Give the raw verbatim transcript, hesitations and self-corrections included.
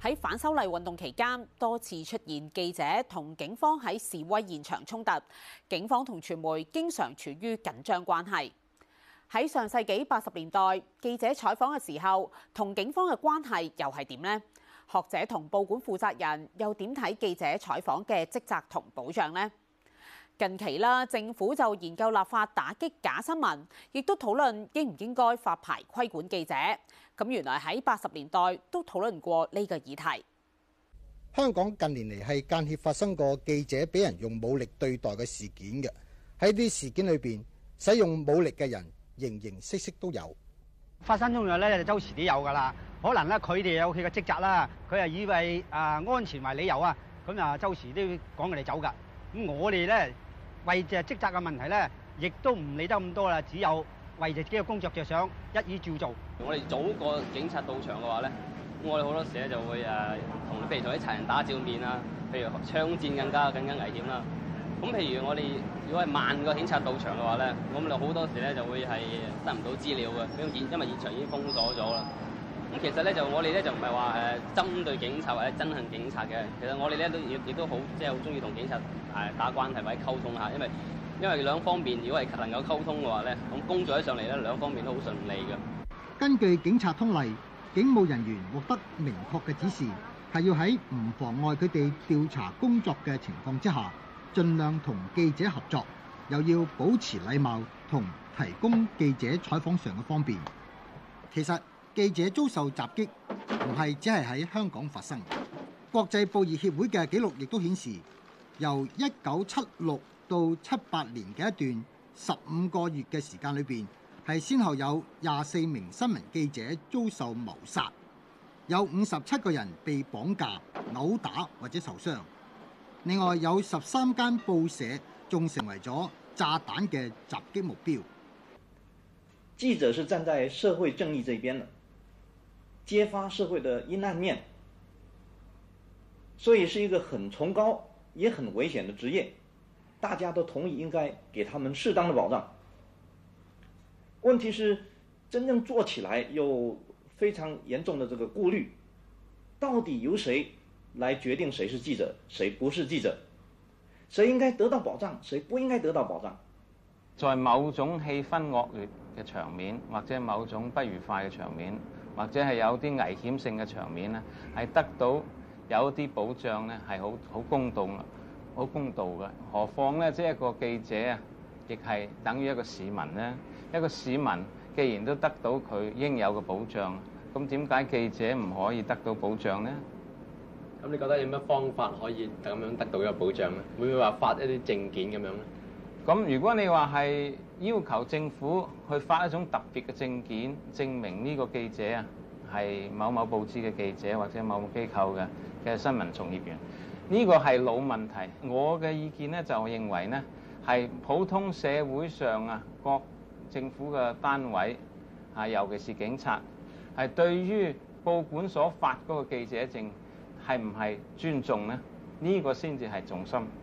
喺反修例運動期間，多次出現記者同警方喺示威現場衝突，警方同傳媒經常處於緊張關係。喺上世紀八十年代，記者採訪嘅時候，同警方嘅關係又係點呢？學者同報館負責人又點睇記者採訪嘅職責同保障呢？近期啦，政府就研究立法打擊假新聞，亦都討論應唔應該發牌規管記者。咁原來喺八十年代都討論過呢個議題。 香港近年嚟係間歇發生過記者俾人用武力對待嘅事件嘅，喺啲事件裏邊，使用武力嘅人形形色色都有。 發生中嘅咧就周時都有㗎啦，可能咧佢哋有佢嘅職責啦，佢係以為啊安全為理由啊，咁啊周時都要趕佢哋走㗎。咁我哋咧為就職責嘅問題咧，亦都唔理得咁多啦，只有為自己嘅工作着想，一於照做。 我哋早過警察到場嘅話咧，咁我哋好多時咧就會誒同譬如同啲賊人打照面啊，譬如槍戰更加更加危險啦。咁譬如我哋如果係慢過警察到場嘅話咧，咁就好多時咧就會係得唔到資料嘅，因為現因為現場已經封鎖咗啦。咁其實咧就我哋咧就唔係話誒針對警察或者憎恨警察嘅，其實我哋咧都亦亦都好即係好中意同警察誒打關係或者溝通下，因為因為兩方面如果係能夠溝通嘅話咧，咁工作起上嚟咧兩方面都好順利嘅。 根據警察通例，警務人員獲得明確嘅指示，係要喺唔妨礙佢哋調查工作嘅情況之下，盡量同記者合作，又要保持禮貌同提供記者採訪上嘅方便。其實記者遭受襲擊唔係只係喺香港發生，國際報業協會嘅記錄亦都顯示，由一九七六到七八年嘅一段十五個月嘅時間裏邊，係先後有廿四名新聞記者遭受謀殺，有五十七個人被綁架、毆打或者受傷。另外有十三間報社仲成為咗炸彈嘅襲擊目標。 記者是站在社會正義這邊的，揭發社會的陰暗面，所以是一個很崇高也很危險的職業。大家都同意應該給他們適當的保障。問題是真正做起來有非常嚴重的這個顧慮，到底由誰來決定誰是記者，誰不是記者？誰應該得到保障，誰不應該得到保障？ 在某種氣氛惡劣嘅場面，或者某種不愉快嘅場面，或者係有啲危險性嘅場面咧，係得到有啲保障咧，係好好公道啦。好公道嘅，何況咧，即係一個記者啊，亦係等於一個市民咧。一個市民既然都得到佢應有嘅保障，咁點解記者唔可以得到保障呢？ 咁你覺得有咩方法可以咁樣得到一個保障咧？會唔會話發一啲證件咁樣咧？ 咁如果你話係要求政府去發一種特別嘅證件，證明呢個記者啊係某某報紙嘅記者或者某某機構嘅嘅新聞從業員。呢個係老問題，我嘅意見咧就認為呢係普通社會上啊各政府嘅單位啊，尤其是警察，係對於報館所發嗰個記者證係唔係尊重呢？呢個先至係重心。